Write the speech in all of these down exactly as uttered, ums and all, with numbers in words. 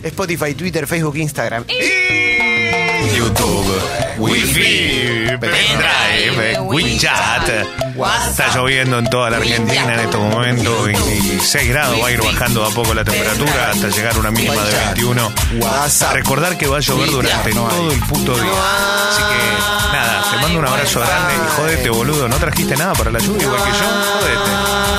Spotify, Twitter, Facebook, Instagram. YouTube, Wi-Fi, Pendrive, WeChat. Está lloviendo en toda la Argentina en estos momentos. veintiséis grados, va a ir bajando a poco la temperatura hasta llegar a una mínima de veintiuno. Recordar que va a llover durante todo el puto día. Así que, nada, te mando un abrazo grande y jodete, boludo. ¿No trajiste nada para la lluvia igual que yo? Jodete.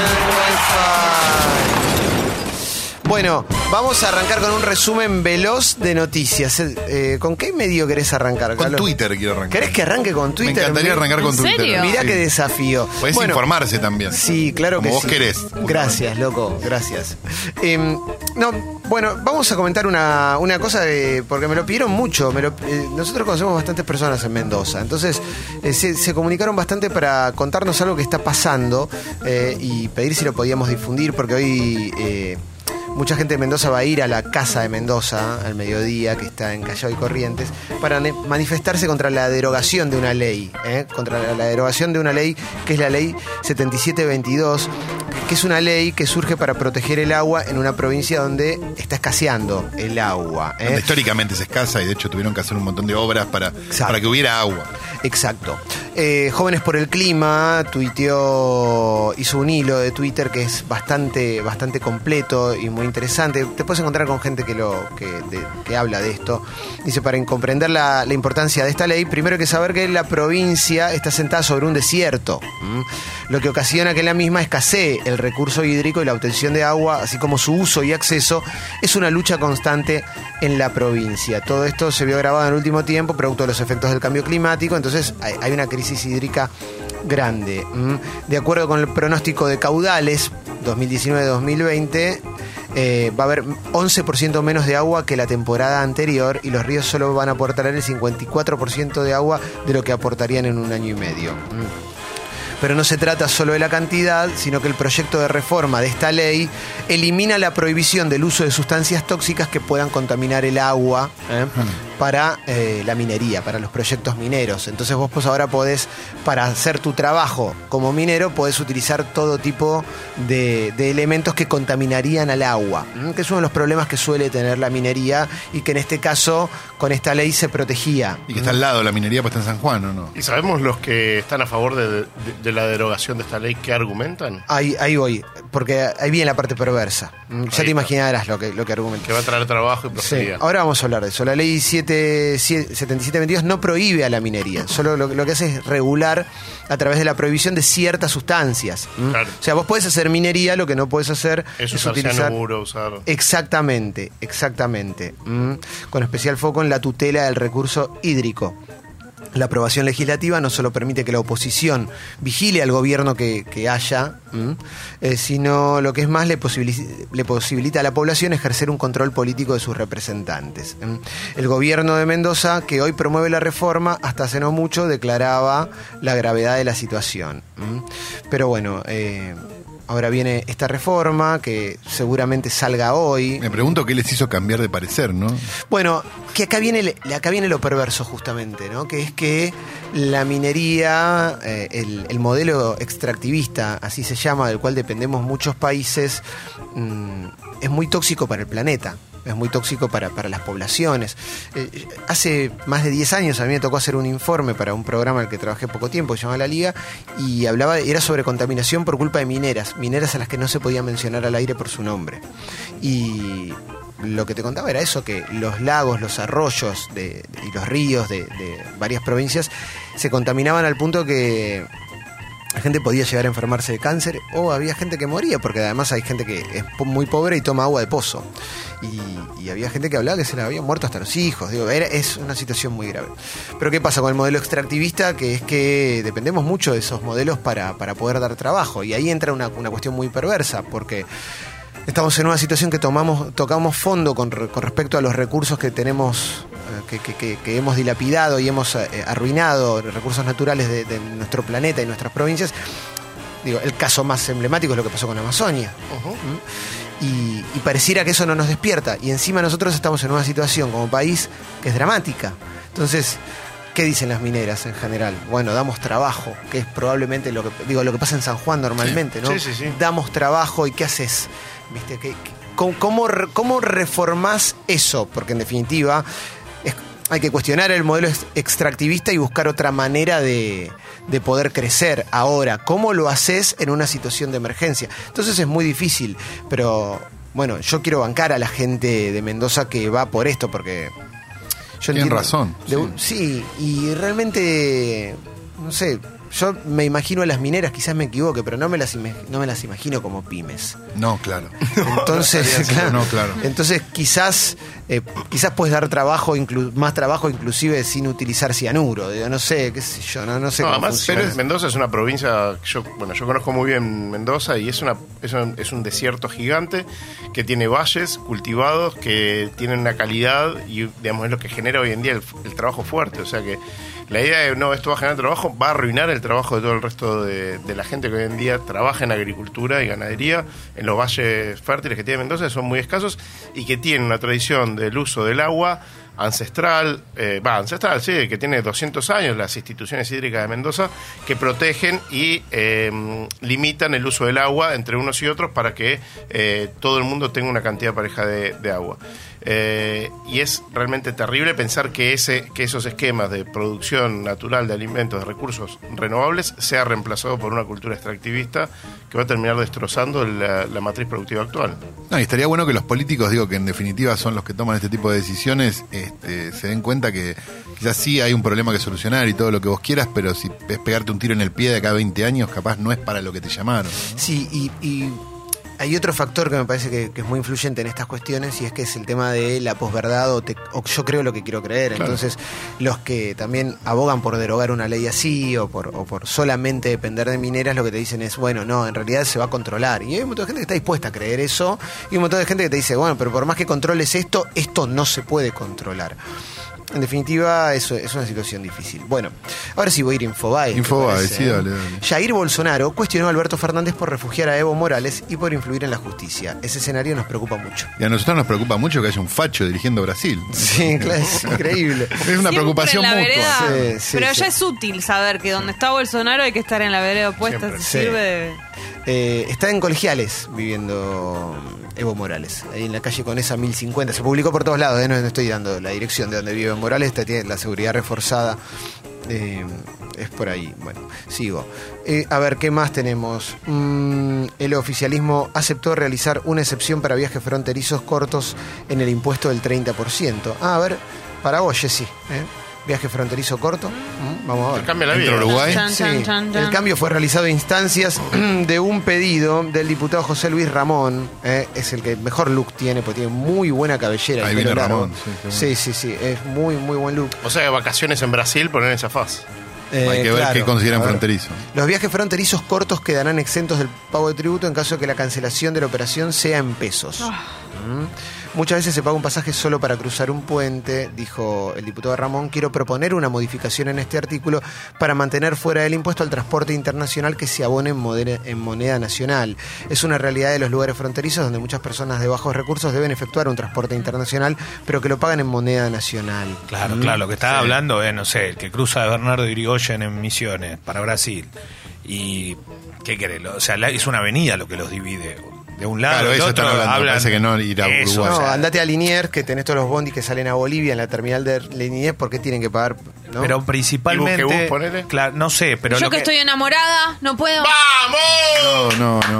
Bueno, vamos a arrancar con un resumen veloz de noticias. Eh, ¿Con qué medio querés arrancar, Con Carlos? Twitter quiero arrancar. ¿Querés que arranque con Twitter? Me encantaría arrancar con ¿En Twitter. serio? Mirá Sí. qué desafío. Podés Bueno, informarse también. Sí, claro Como que vos sí. querés. Gracias, loco, gracias. Eh, no, bueno, vamos a comentar una, una cosa, de, porque me lo pidieron mucho. Me lo, eh, nosotros conocemos bastantes personas en Mendoza, entonces eh, se, se comunicaron bastante para contarnos algo que está pasando eh, y pedir si lo podíamos difundir, porque hoy... Eh, mucha gente de Mendoza va a ir a la Casa de Mendoza al mediodía, que está en Callao y Corrientes, para ne- manifestarse contra la derogación de una ley, ¿eh? contra la, la derogación de una ley que es la ley setenta y siete veintidós, que es una ley que surge para proteger el agua en una provincia donde está escaseando el agua. ¿eh? Donde históricamente es escasa y de hecho tuvieron que hacer un montón de obras para, para que hubiera agua. Exacto. Eh, Jóvenes por el Clima tuiteó, hizo un hilo de Twitter que es bastante, bastante completo y muy interesante. Te puedes encontrar con gente que lo que, de, que habla de esto. Dice, para comprender la, la importancia de esta ley, primero hay que saber que la provincia está sentada sobre un desierto, ¿m? lo que ocasiona que en la misma escasee el recurso hídrico y la obtención de agua, así como su uso y acceso, es una lucha constante en la provincia. Todo esto se vio grabado en el último tiempo, producto de los efectos del cambio climático, entonces hay, hay una crisis hídrica grande. ¿m? De acuerdo con el pronóstico de caudales dos mil diecinueve dos mil veinte, eh, va a haber once por ciento menos de agua que la temporada anterior y los ríos solo van a aportar el cincuenta y cuatro por ciento de agua de lo que aportarían en un año y medio. ¿m? Pero no se trata solo de la cantidad, sino que el proyecto de reforma de esta ley elimina la prohibición del uso de sustancias tóxicas que puedan contaminar el agua ¿eh? para eh, la minería, para los proyectos mineros. Entonces vos pues ahora podés, para hacer tu trabajo como minero, podés utilizar todo tipo de, de elementos que contaminarían al agua, ¿eh? que es uno de los problemas que suele tener la minería y que en este caso con esta ley se protegía. Y que está al lado de la minería, pues está en San Juan, ¿o no? ¿Y sabemos los que están a favor de, de, de la derogación de esta ley qué argumentan? Ahí, ahí voy, porque ahí viene la parte perversa. Ya Ahí te está. imaginarás lo que, lo que argumenta. Que va a traer trabajo y Sí, prosperidad. ahora vamos a hablar de eso. La ley siete, setenta y siete veintidós no prohíbe a la minería, solo lo, lo que hace es regular a través de la prohibición de ciertas sustancias. ¿m? Claro. O sea, vos podés hacer minería, lo que no podés hacer Es es, usar utilizar... cianuro, usar... Exactamente, exactamente. ¿m? Con especial foco en la tutela del recurso hídrico. La aprobación legislativa no solo permite que la oposición vigile al gobierno que, que haya, eh, sino lo que es más le, posibilita, le posibilita a la población ejercer un control político de sus representantes. ¿m? El gobierno de Mendoza, que hoy promueve la reforma, hasta hace no mucho declaraba la gravedad de la situación. ¿m? Pero bueno... Eh, Ahora viene esta reforma que seguramente salga hoy. Me pregunto qué les hizo cambiar de parecer, ¿no? Bueno, que acá viene, acá viene lo perverso justamente, ¿no? Que es que la minería, eh, el, el modelo extractivista, así se llama, del cual dependemos muchos países, mmm, es muy tóxico para el planeta. Es muy tóxico para, para las poblaciones. Eh, hace más de diez años a mí me tocó hacer un informe para un programa al que trabajé poco tiempo, que se llama La Liga, y hablaba, era sobre contaminación por culpa de mineras, mineras a las que no se podía mencionar al aire por su nombre. Y lo que te contaba era eso, que los lagos, los arroyos de, de, y los ríos de, de varias provincias se contaminaban al punto que la gente podía llegar a enfermarse de cáncer o había gente que moría, porque además hay gente que es muy pobre y toma agua de pozo. Y, y había gente que hablaba que se le habían muerto hasta los hijos. Digo, era, es una situación muy grave. Pero ¿qué pasa con el modelo extractivista? Que es que dependemos mucho de esos modelos para, para poder dar trabajo. Y ahí entra una, una cuestión muy perversa, porque estamos en una situación que tomamos, tocamos fondo con, con respecto a los recursos que tenemos, que, que, que, que hemos dilapidado y hemos eh, arruinado, recursos naturales de, de nuestro planeta y nuestras provincias. Digo, el caso más emblemático es lo que pasó con Amazonia. Uh-huh. ¿Mm? Y, y pareciera que eso no nos despierta. Y encima nosotros estamos en una situación como país que es dramática. Entonces, ¿qué dicen las mineras en general? Bueno, damos trabajo, que es probablemente lo que digo lo que pasa en San Juan normalmente, Sí. ¿no? Sí, sí, sí. Damos trabajo y ¿qué haces? ¿Viste? ¿Qué, ¿cómo, cómo, cómo reformás eso? Porque en definitiva es, hay que cuestionar el modelo extractivista y buscar otra manera de, de poder crecer. Ahora, ¿cómo lo haces en una situación de emergencia? Entonces es muy difícil, pero bueno, yo quiero bancar a la gente de Mendoza que va por esto, porque yo Tienen entiendo, razón. de, sí. sí, y realmente, no sé, yo me imagino a las mineras, quizás me equivoque, pero no me las, no me las imagino como pymes. No, claro. Entonces, claro, no, claro. Entonces quizás eh, quizás puedes dar trabajo, inclu- más trabajo inclusive sin utilizar cianuro. Digo, no sé, qué sé yo, no, no sé No, cómo además, funciona. pero Mendoza es una provincia, yo, bueno, yo conozco muy bien Mendoza y es una es un, es un desierto gigante que tiene valles cultivados que tienen una calidad y digamos es lo que genera hoy en día el, el trabajo fuerte, o sea que la idea de no, esto va a generar trabajo, va a arruinar el trabajo de todo el resto de, de la gente que hoy en día trabaja en agricultura y ganadería en los valles fértiles que tiene Mendoza, que son muy escasos y que tienen una tradición del uso del agua ancestral, eh, va, ancestral, sí, que tiene doscientos años, las instituciones hídricas de Mendoza, que protegen y eh, limitan el uso del agua entre unos y otros para que eh, todo el mundo tenga una cantidad pareja de, de agua. Eh, y es realmente terrible pensar que ese que esos esquemas de producción natural de alimentos, de recursos renovables, sea reemplazado por una cultura extractivista que va a terminar destrozando la, la matriz productiva actual. No, y estaría bueno que los políticos, digo, que en definitiva son los que toman este tipo de decisiones, este, se den cuenta que quizás sí hay un problema que solucionar y todo lo que vos quieras, pero si es pegarte un tiro en el pie de acá a veinte años, capaz no es para lo que te llamaron, ¿no? Sí, y, y hay otro factor que me parece que, que es muy influyente en estas cuestiones y es que es el tema de la posverdad o, te, o yo creo lo que quiero creer. Claro. Entonces, los que también abogan por derogar una ley así o por, o por solamente depender de mineras, lo que te dicen es, bueno, no, en realidad se va a controlar. Y hay un montón de gente que está dispuesta a creer eso y un montón de gente que te dice, bueno, pero por más que controles esto, esto no se puede controlar. En definitiva, eso es una situación difícil. Bueno, ahora sí voy a ir a Infobae. Infobae, sí, dale, dale. Jair Bolsonaro cuestionó a Alberto Fernández por refugiar a Evo Morales y por influir en la justicia. Ese escenario nos preocupa mucho. Y a nosotros nos preocupa mucho que haya un facho dirigiendo Brasil. Sí, claro, es increíble. Es una Siempre preocupación en la mutua. vereda, Sí, sí, pero sí. ya es útil saber que donde está Bolsonaro hay que estar en la vereda opuesta. Siempre. Sí. Sirve de... Eh, está en Colegiales viviendo Evo Morales, ahí en la calle Conesa mil cincuenta. Se publicó por todos lados, ¿eh? no, no estoy dando la dirección de donde vive Evo Morales, está, tiene la seguridad reforzada. Eh, es por ahí. Bueno, sigo. Eh, a ver, ¿qué más tenemos? Mm, el oficialismo aceptó realizar una excepción para viajes fronterizos cortos en el impuesto del treinta por ciento. Ah, a ver, para vos, Jessy, ¿eh? Viaje fronterizo corto. Mm, vamos a ver. Cambia la vida. Entre Uruguay. Chan, Sí, chan, chan, chan. el cambio fue realizado a instancias de un pedido del diputado José Luis Ramón. eh, es el que mejor look tiene, porque tiene muy buena cabellera. Ahí y pelo viene largo. Ramón, sí, qué bueno. sí, sí, sí, es muy, muy buen look. O sea, vacaciones en Brasil, poner esa faz. Eh, Hay que ver claro, qué consideran a ver. fronterizo. Los viajes fronterizos cortos quedarán exentos del pago de tributo en caso de que la cancelación de la operación sea en pesos. Mm. Muchas veces se paga un pasaje solo para cruzar un puente, dijo el diputado Ramón. Quiero proponer una modificación en este artículo para mantener fuera del impuesto al transporte internacional que se abone en, modera- en moneda nacional. Es una realidad de los lugares fronterizos donde muchas personas de bajos recursos deben efectuar un transporte internacional, pero que lo pagan en moneda nacional. Claro, Mm. claro, lo que estaba hablando es, no sé, el que cruza de Bernardo Irigoyen en Misiones para Brasil. Y, ¿qué querés? O sea, la- es una avenida lo que los divide. De un lado Claro, del eso otro están hablando, me hablan parece que no ir a eso, Uruguay. o No, sea, andate a Liniers, que tenés todos los bondis que salen a Bolivia en la terminal de Liniers, ¿por qué tienen que pagar? ¿no? Pero principalmente, ¿Y Buquebus, ponele? claro, no sé, pero Yo lo que que estoy enamorada, no puedo. ¡Vamos! No, no, no,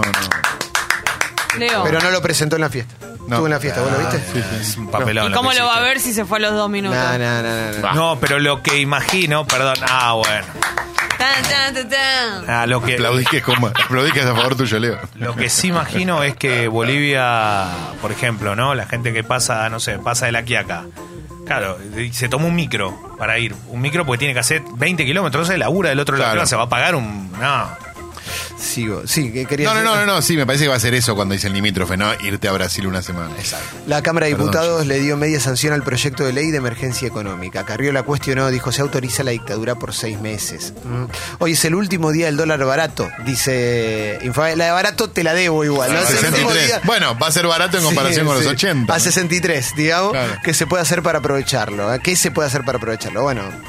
no. Leo. Pero no lo presentó en la fiesta. No. Estuvo en la fiesta, ¿vos lo viste? Sí, sí. es un papelón. ¿Y lo cómo que lo va a hiciste. ver si se fue a los dos minutos? No, no, no, no, no. No, pero lo que imagino, perdón, ah, bueno, Tan, tan, tan, tan. ah, lo que Aplaudí que es como, aplaudí que es a favor tuyo, Leo. Lo que sí imagino es que Bolivia, por ejemplo, ¿no? La gente que pasa, no sé, pasa de la Quiaca. Claro, y se toma un micro para ir. Un micro porque tiene que hacer veinte kilómetros. Entonces labura del otro Claro. lado. Se va a pagar un... No. Sigo. Sí, que quería No, no, decir- no, no, no, sí, me parece que va a ser eso cuando dice el limítrofe, ¿no? Irte a Brasil una semana. Exacto. La Cámara de Perdón, Diputados sí. le dio media sanción al proyecto de ley de emergencia económica. Carrió la cuestionó, dijo, se autoriza la dictadura por seis meses. Mm. Hoy es el último día del dólar barato, dice Infobae. La de barato te la debo igual, ¿no? Es el último sesenta y tres. día- Bueno, va a ser barato en comparación Sí, con sí. los ochenta. A sesenta y tres, digamos, Claro. ¿qué se puede hacer para aprovecharlo? ¿eh? ¿Qué se puede hacer para aprovecharlo? Bueno,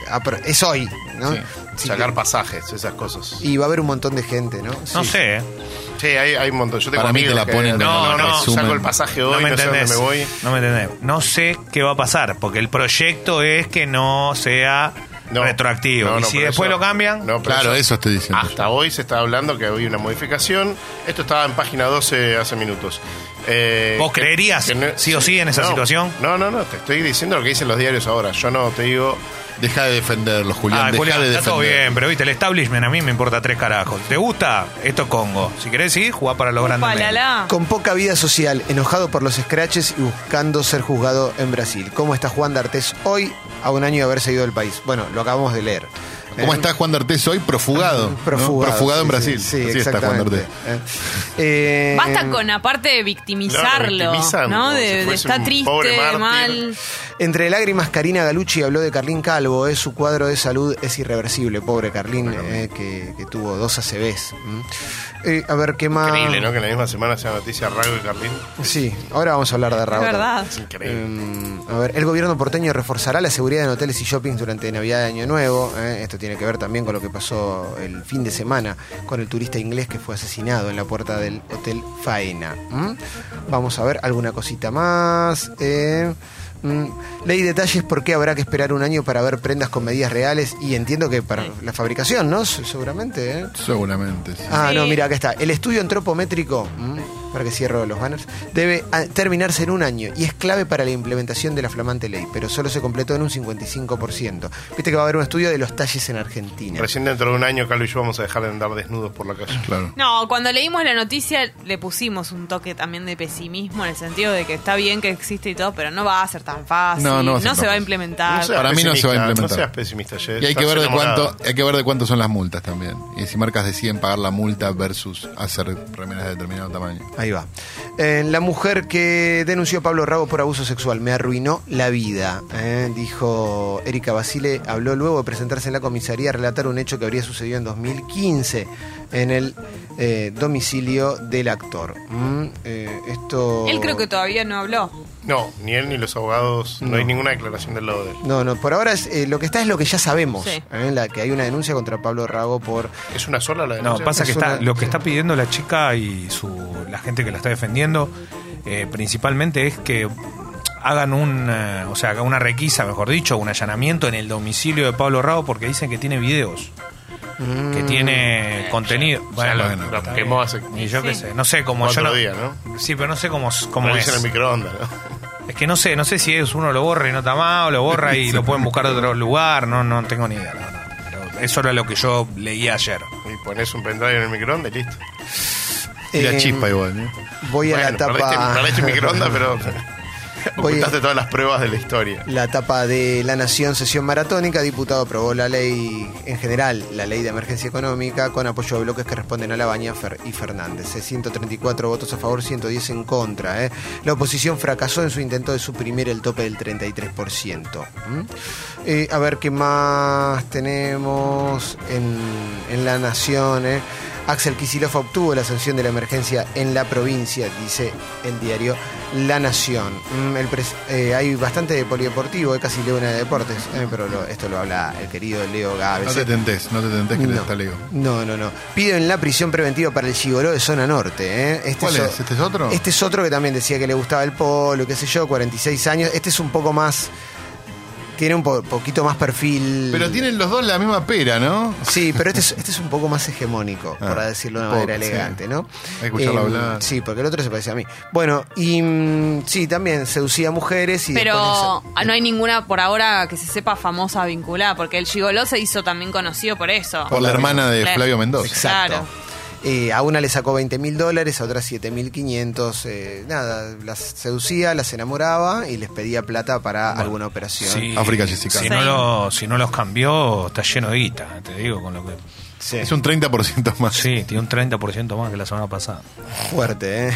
apro- es hoy, ¿no? Sí. Sí, Sacar que- pasajes, esas cosas. y va a haber un montón de gente, ¿no? No Sí. sé, ¿eh? Sí, hay, hay un montón. Yo tengo Para mí amigos te la que- ponen no, como no, no, resumen. saco el pasaje hoy, No me no sé dónde entendés. me voy. No me entendés. No sé qué va a pasar, porque el proyecto es que no sea No. retroactivo. No, y no, si pero después eso- lo cambian, no, pero Claro, eso estoy diciendo. Hasta hoy se está hablando que había una modificación. Esto estaba en página doce hace minutos. Eh, ¿Vos que- creerías que no- sí o sí en esa no, situación? No, no, no. Te estoy diciendo lo que dicen los diarios ahora. Yo no te digo. Deja de defenderlo, Julián. Ah, deja Julián, de está todo defender. bien, pero viste, el establishment a mí me importa tres carajos. ¿Te gusta? Esto es Congo. Si querés ir, jugá para los grandes medios. Palala. Con poca vida social, enojado por los scratches y buscando ser juzgado en Brasil. ¿Cómo está Juan D'Artés hoy, a un año de haberse ido del país? Bueno, lo acabamos de leer. ¿Cómo ¿Eh? está Juan D'Artés hoy? Profugado. ¿no? Profugado. Profugado en sí, Brasil. Sí, sí, Así está Juan exactamente. D'Artés. Eh, eh, Basta con, aparte de victimizarlo, Claro, victimizan, ¿no? como De, si de fuese estar un triste, pobre mártir. mal. Entre lágrimas, Karina Galucci habló de Carlín Calvo. ¿eh? Su cuadro de salud es irreversible. Pobre Carlín, eh, que, que tuvo dos A C Vs. ¿m? Eh, a ver, ¿qué más? Increíble, ¿no? Que en la misma semana sea noticia Rago y Carlín. Sí, ahora vamos a hablar de Es Raúl. verdad. Es increíble. Eh, a ver, el gobierno porteño reforzará la seguridad en hoteles y shoppings durante Navidad y Año Nuevo. ¿eh? Esto tiene que ver también con lo que pasó el fin de semana con el turista inglés que fue asesinado en la puerta del Hotel Faena. ¿m? Vamos a ver alguna cosita más. Eh, mm, leí detalles por qué habrá que esperar un año para ver prendas con medidas reales y entiendo que para la fabricación, ¿no? Se- Seguramente. ¿eh? Seguramente, sí. Ah, Sí. no, mira, acá está. El estudio antropométrico, mm, para que cierro los banners, debe ah, terminarse en un año y es clave para la implementación de la flamante ley, pero solo se completó en un cincuenta y cinco por ciento. Viste que va a haber un estudio de los talles en Argentina. Recién dentro de un año, Carlos y yo vamos a dejar de andar desnudos por la calle. Claro. No, cuando leímos la noticia le pusimos un toque también de pesimismo en el sentido de que está bien que existe y todo, pero no va a ser tan fácil, No, no, no va a ser tan se va a fácil. implementar. seas Para mí no se va a pesimista, implementar. No seas pesimista, Jess. Y hay que, Estás ver de enamorado. cuánto, hay que ver de cuánto son las multas también. Y si marcas deciden pagar la multa versus hacer remeras de determinado tamaño. Ahí va. Eh, la mujer que denunció a Pablo Rago por abuso sexual me arruinó la vida, eh, dijo Erika Basile. Habló luego de presentarse en la comisaría a relatar un hecho que habría sucedido en dos mil quince en el eh, domicilio del actor. Mm, eh, esto... Él creo que todavía no habló. No, ni él ni los abogados. No, No. hay ninguna declaración del lado de él. No, no, por ahora es, eh, lo que está es lo que ya sabemos, Sí. eh, la, que hay una denuncia contra Pablo Rago por... ¿Es una sola la No, denuncia? pasa que Es está, una- lo que está pidiendo la chica y su, la gente que la está defendiendo, eh, principalmente es que hagan un, eh, o sea, una requisa, mejor dicho, un allanamiento en el domicilio de Pablo Rago porque dicen que tiene videos, que tiene contenido. O sea, lo, bueno, lo está quemó bien. hace Y yo qué Sí. sé, no sé cómo yo cuatro no, días, ¿no? Sí, pero no sé cómo, cómo Lo es. hice en el microondas, ¿no? Es que no sé, no sé si es uno lo borra y no está mal, o lo borra y lo pueden buscar de otro lugar, no, no tengo ni idea, la verdad. Pero eso era lo que yo leí ayer. Y pones un pendrive en el microondas y listo. Y la Eh, chispa igual, ¿eh? Voy a Bueno, la tapa... perdiste, perdiste el microondas, pero Voy a- ocultaste todas las pruebas de la historia. La tapa de La Nación, sesión maratónica. Diputado aprobó la ley, en general, la ley de emergencia económica, con apoyo de bloques que responden a Labaña Fer- y Fernández. Eh, ciento treinta y cuatro votos a favor, ciento diez en contra. eh. La oposición fracasó en su intento de suprimir el tope del treinta y tres por ciento. ¿Mm? Eh, a ver qué más tenemos en, en La Nación. eh. Axel Kicillof obtuvo la sanción de la emergencia en la provincia, dice el diario La Nación. Mm, el pres- eh, hay bastante de polideportivo, eh, casi leo una de deportes, eh, pero lo- esto lo habla el querido Leo Gávez. No te tentes, no te tentes que le No. está Leo. No, no, no. Piden la prisión preventiva para el gigoló de zona norte. ¿eh? Este ¿Cuál o- es? ¿Este es otro? Este es otro que también decía que le gustaba el polo, qué sé yo, cuarenta y seis años. Este es un poco más... Tiene un po- poquito más perfil... Pero tienen los dos la misma pera, ¿no? Sí, pero este es, este es un poco más hegemónico, Ah, para decirlo de una un manera poco, sí. elegante, ¿no? Hay que escucharlo Em, hablar. Sí, porque el otro se parece a mí. Bueno, y mm, sí, también seducía a mujeres y Pero después ah, no hay ninguna por ahora que se sepa famosa vinculada, porque el gigoló se hizo también conocido por eso. Por la hermana de Claro. Flavio Mendoza. Exacto. Claro. Eh, a una le sacó veinte mil dólares, a otra siete mil quinientos. Eh, nada, las seducía, las enamoraba y les pedía plata para alguna operación. Sí, África Jessica. Si, Sí. no lo, si no los cambió, está lleno de guita, te digo, con lo que... Sí, Es un treinta por ciento más. Sí, tiene un treinta por ciento más que la semana pasada. fuerte, ¿eh?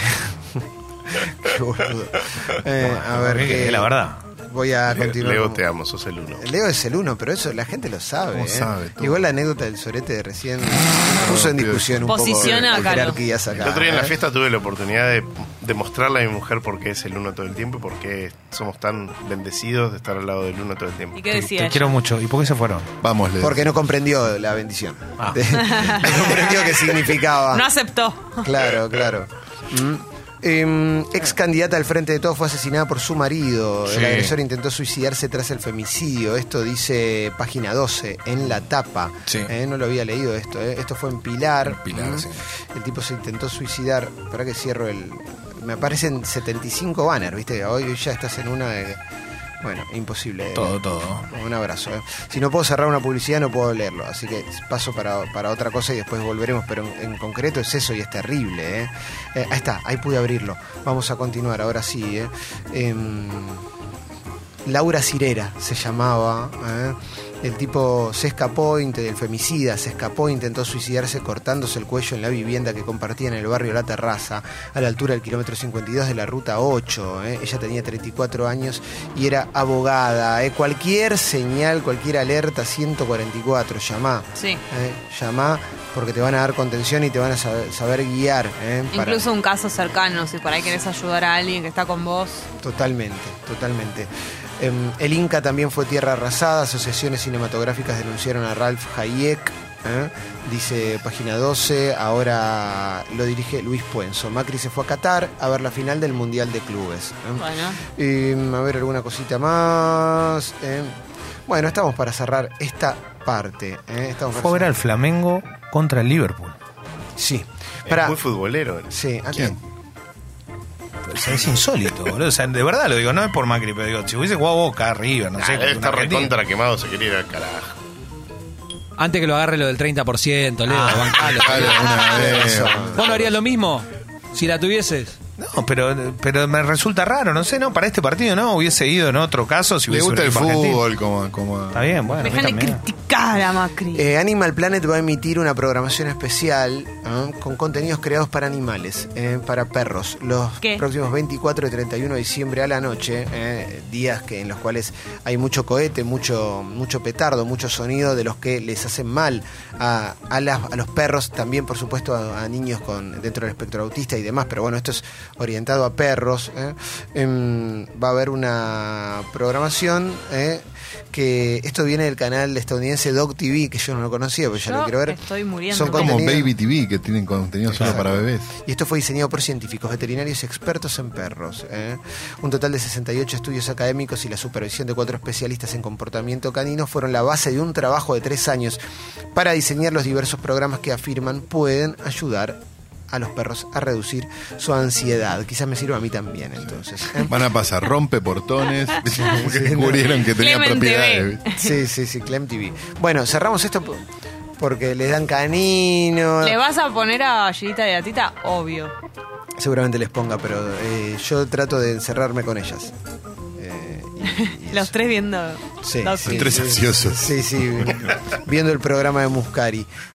Qué boludo. Eh, a ver, Es qué- la verdad. Voy a continuar. Leo, con- te amo, sos el uno. Leo es el uno, pero eso la gente lo sabe. ¿Cómo ¿eh? sabe todo? Igual la anécdota del sorete de recién puso en discusión un Posiciona poco a las Carlos. jerarquías acá. El otro día en la ¿eh? fiesta tuve la oportunidad de demostrarle a mi mujer por qué es el uno todo el tiempo y por qué somos tan bendecidos de estar al lado del uno todo el tiempo. ¿Y qué Te, decía te ella? quiero mucho. ¿Y por qué se fueron? Vamos, le Porque no comprendió la bendición. Ah. No comprendió qué significaba. No aceptó. Claro, claro. Mm. Eh, ex candidata al Frente de Todos fue asesinada por su marido. Sí. El agresor intentó suicidarse tras el femicidio. Esto dice página doce en la tapa. Sí. Eh, no lo había leído esto. eh. Esto fue en Pilar. En Pilar, Mm. sí. El tipo se intentó suicidar. Para que cierro el. Me aparecen setenta y cinco banners, ¿viste? Hoy ya estás en una de. Bueno, imposible. eh. Todo, todo. Un abrazo. eh. Si no puedo cerrar una publicidad, no puedo leerlo. Así que paso para, para otra cosa y después volveremos. Pero en, en concreto es eso y es terrible. ¿eh? Eh, ahí está, ahí pude abrirlo. Vamos a continuar, ahora sí. ¿eh? Em, Laura Cirera se llamaba. ¿eh? El tipo se escapó, el femicida se escapó, intentó suicidarse cortándose el cuello en la vivienda que compartía en el barrio La Terraza, a la altura del kilómetro cincuenta y dos de la ruta ocho. ¿eh? Ella tenía treinta y cuatro años y era abogada. ¿eh? Cualquier señal, cualquier alerta, ciento cuarenta y cuatro, llamá. Sí. ¿eh? Llamá porque te van a dar contención y te van a saber, saber guiar. ¿eh? Para- Incluso un caso cercano, si por ahí querés ayudar a alguien que está con vos. Totalmente, totalmente. Eh, el Inca también fue tierra arrasada. Asociaciones cinematográficas denunciaron a Ralph Hayek. ¿eh? Dice página doce. Ahora lo dirige Luis Puenzo. Macri se fue a Qatar a ver la final del Mundial de Clubes. ¿eh? Bueno. Eh, a ver, alguna cosita más. ¿eh? Bueno, estamos para cerrar esta parte. ¿eh? Estamos para Fue a ver cerrar- al Flamengo contra el Liverpool. Sí. Es Para... muy futbolero. Sí, ¿a ¿Quién? O sea, es insólito, boludo. O sea, de verdad lo digo, no es por Macri, pero digo, si hubiese jugado Boca arriba, no Ah, sé. debe con estar Argentina. recontra quemado, se quería ir al carajo. Antes que lo agarre lo del treinta por ciento, Leo, Ah, bancalo. Dale, una vez. Eso. ¿Vos no harías lo mismo? Si la tuvieses. No, pero, pero me resulta raro, no sé, no, para este partido no, hubiese ido en otro caso si Le hubiese gusta un el equipo argentino. fútbol, como, como Está bien, bueno. a mí Déjale también. criticar a Macri. Eh, Animal Planet va a emitir una programación especial ¿eh? con contenidos creados para animales, eh, para perros, los ¿Qué? próximos veinticuatro y treinta y uno de diciembre a la noche, eh, días que en los cuales hay mucho cohete, mucho mucho petardo, mucho sonido de los que les hacen mal a, a, las- a los perros, también por supuesto a, a niños con dentro del espectro autista y demás, pero bueno, esto es orientado a perros. ¿eh? Em, va a haber una programación ¿eh? que esto viene del canal estadounidense Dog T V, que yo no lo conocía, pero ya Yo lo quiero ver. estoy muriendo. Son como contenido- Baby T V, que tienen contenido solo Exacto. para bebés. Y esto fue diseñado por científicos, veterinarios y expertos en perros. ¿eh? Un total de sesenta y ocho estudios académicos y la supervisión de cuatro especialistas en comportamiento canino fueron la base de un trabajo de tres años para diseñar los diversos programas que afirman pueden ayudar a los perros a reducir su ansiedad. Quizás me sirva a mí también, entonces. ¿eh? Van a pasar rompe portones, porque descubrieron que tenían Clemente propiedades. B. Sí, sí, sí, Clem T V. Bueno, cerramos esto po- porque les dan canino. ¿Le vas a poner a Gallita de Gatita? Obvio. Seguramente les ponga, pero eh, yo trato de encerrarme con ellas. Eh, y- y Los eso. tres viendo. Sí, Dog sí, T V. Tres sí. ansiosos. Sí, sí, viendo el programa de Muscari.